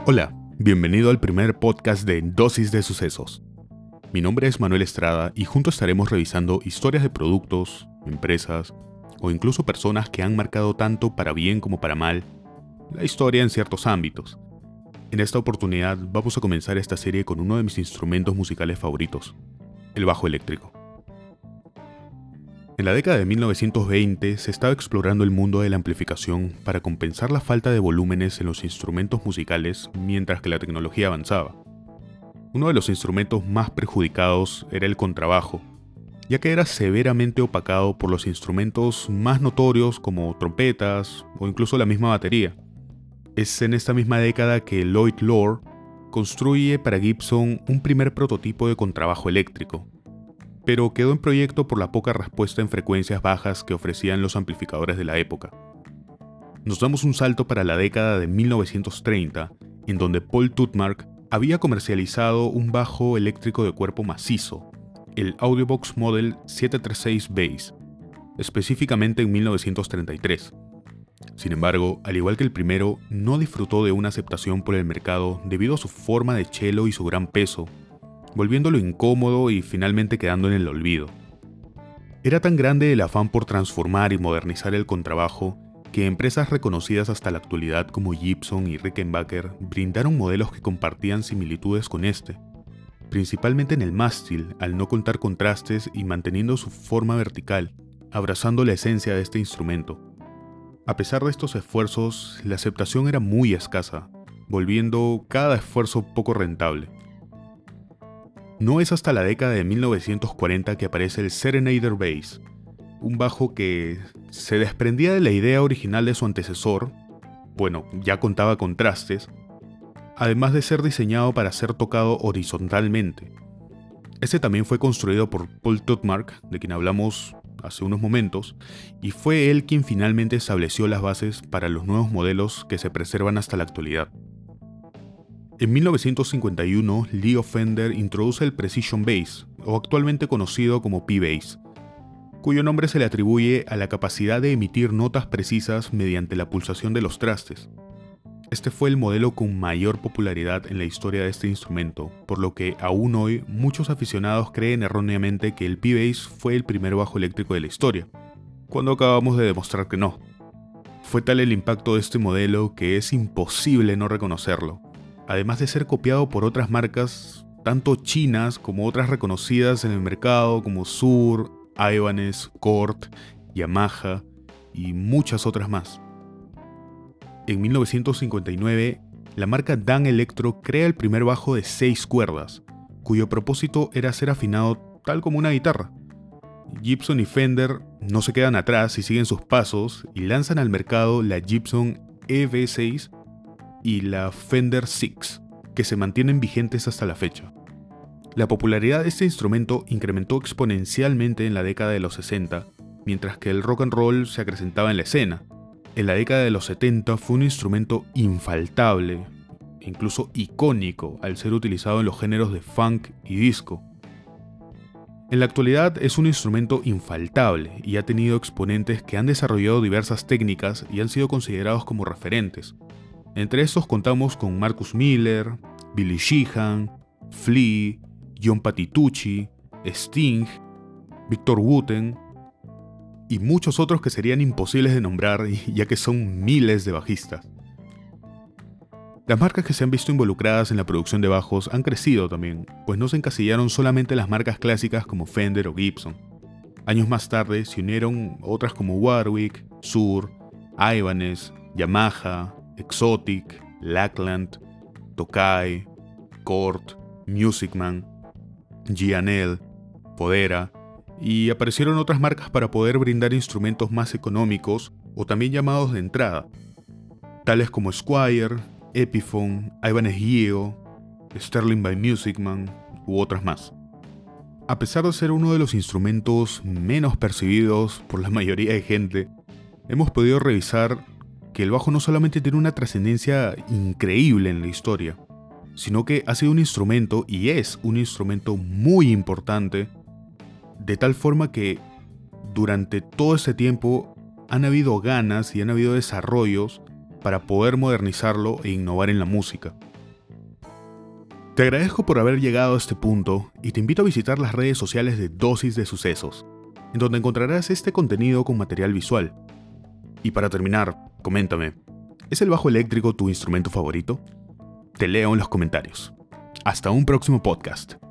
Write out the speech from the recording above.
Hola, bienvenido al primer podcast de Dosis de Sucesos. Mi nombre es Manuel Estrada y juntos estaremos revisando historias de productos, empresas o incluso personas que han marcado tanto para bien como para mal la historia en ciertos ámbitos. En esta oportunidad vamos a comenzar esta serie con uno de mis instrumentos musicales favoritos, el bajo eléctrico. En la década de 1920 se estaba explorando el mundo de la amplificación para compensar la falta de volúmenes en los instrumentos musicales mientras que la tecnología avanzaba. Uno de los instrumentos más perjudicados era el contrabajo, ya que era severamente opacado por los instrumentos más notorios como trompetas o incluso la misma batería. Es en esta misma década que Lloyd Loar construye para Gibson un primer prototipo de contrabajo eléctrico, pero quedó en proyecto por la poca respuesta en frecuencias bajas que ofrecían los amplificadores de la época. Nos damos un salto para la década de 1930, en donde Paul Tutmarc había comercializado un bajo eléctrico de cuerpo macizo, el Audiobox Model 736 Bass, específicamente en 1933. Sin embargo, al igual que el primero, no disfrutó de una aceptación por el mercado debido a su forma de cello y su gran peso, volviéndolo incómodo y finalmente quedando en el olvido. Era tan grande el afán por transformar y modernizar el contrabajo que empresas reconocidas hasta la actualidad como Gibson y Rickenbacker brindaron modelos que compartían similitudes con este, principalmente en el mástil al no contar contrastes y manteniendo su forma vertical, abrazando la esencia de este instrumento. A pesar de estos esfuerzos, la aceptación era muy escasa, volviendo cada esfuerzo poco rentable. No es hasta la década de 1940 que aparece el Serenader Bass, un bajo que se desprendía de la idea original de su antecesor, ya contaba contrastes, además de ser diseñado para ser tocado horizontalmente. Este también fue construido por Paul Tutmarc, de quien hablamos hace unos momentos, y fue él quien finalmente estableció las bases para los nuevos modelos que se preservan hasta la actualidad. En 1951, Leo Fender introduce el Precision Bass, o actualmente conocido como P-Bass, cuyo nombre se le atribuye a la capacidad de emitir notas precisas mediante la pulsación de los trastes. Este fue el modelo con mayor popularidad en la historia de este instrumento, por lo que aún hoy muchos aficionados creen erróneamente que el P-Bass fue el primer bajo eléctrico de la historia, cuando acabamos de demostrar que no. Fue tal el impacto de este modelo que es imposible no reconocerlo, además de ser copiado por otras marcas, tanto chinas como otras reconocidas en el mercado como Suhr, Ibanez, Cort, Yamaha y muchas otras más. En 1959, la marca Dan Electro crea el primer bajo de 6 cuerdas, cuyo propósito era ser afinado tal como una guitarra. Gibson y Fender no se quedan atrás y siguen sus pasos y lanzan al mercado la Gibson EV6 y la Fender Six, que se mantienen vigentes hasta la fecha. La popularidad de este instrumento incrementó exponencialmente en la década de los 60, mientras que el rock and roll se acrecentaba en la escena. En la década de los 70 fue un instrumento infaltable, incluso icónico, al ser utilizado en los géneros de funk y disco. En la actualidad es un instrumento infaltable y ha tenido exponentes que han desarrollado diversas técnicas y han sido considerados como referentes. Entre estos contamos con Marcus Miller, Billy Sheehan, Flea, John Patitucci, Sting, Victor Wooten y muchos otros que serían imposibles de nombrar ya que son miles de bajistas. Las marcas que se han visto involucradas en la producción de bajos han crecido también, pues no se encasillaron solamente las marcas clásicas como Fender o Gibson. Años más tarde se unieron otras como Warwick, Suhr, Ibanez, Yamaha, Exotic, Lackland, Tokai, Cort, Musicman, G&L, Fodera, y aparecieron otras marcas para poder brindar instrumentos más económicos o también llamados de entrada, tales como Squier, Epiphone, Ibanez Geo, Sterling by Musicman u otras más. A pesar de ser uno de los instrumentos menos percibidos por la mayoría de gente, hemos podido revisar que el bajo no solamente tiene una trascendencia increíble en la historia, sino que ha sido un instrumento y es un instrumento muy importante, de tal forma que durante todo ese tiempo han habido ganas y han habido desarrollos para poder modernizarlo e innovar en la música. Te agradezco por haber llegado a este punto y te invito a visitar las redes sociales de Dosis de Sucesos, en donde encontrarás este contenido con material visual. Y para terminar, coméntame, ¿es el bajo eléctrico tu instrumento favorito? Te leo en los comentarios. Hasta un próximo podcast.